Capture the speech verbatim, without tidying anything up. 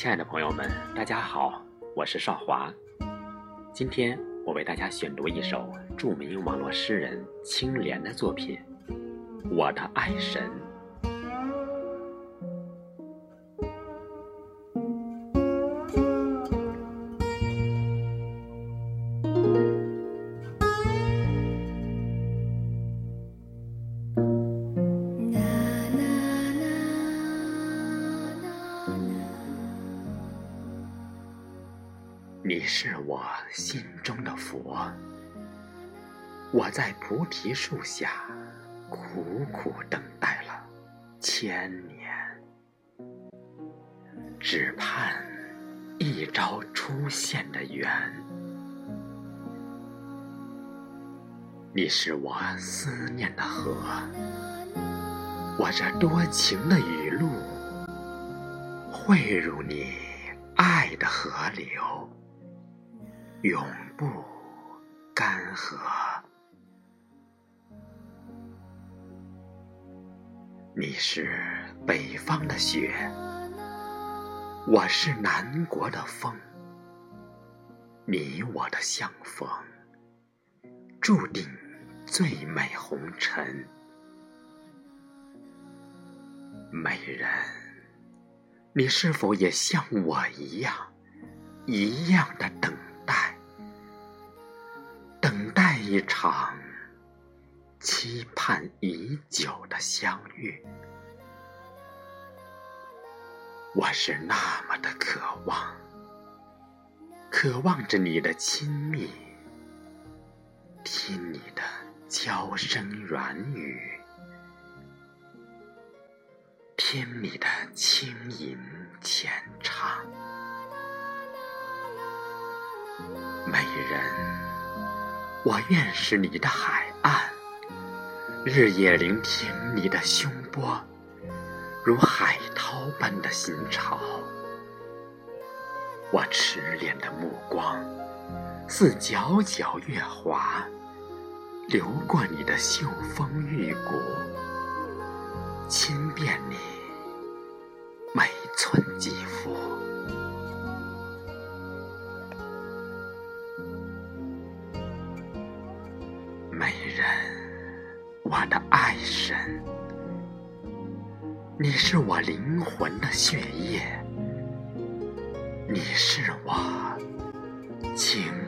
亲爱的朋友们，大家好，我是少华。今天我为大家选读一首著名网络诗人青莲的作品《我的爱神》。你是我心中的佛，我在菩提树下苦苦等待了千年，只盼一朝出现的缘。你是我思念的河，我这多情的语录汇入你爱的河流，永不干涸。你是北方的雪，我是南国的风，你我的相逢注定最美红尘。美人，你是否也像我一样一样的等待等待一场期盼已久的相遇？我是那么的渴望，渴望着你的亲密，听你的娇声软语，听你的轻吟浅唱。美人，我愿是你的海岸，日夜聆听你的胸波，如海涛般的心潮。我痴恋的目光似皎皎月华，流过你的秀峰玉骨，亲遍你每寸肌肤。美人，我的爱神，你是我灵魂的血液，你是我情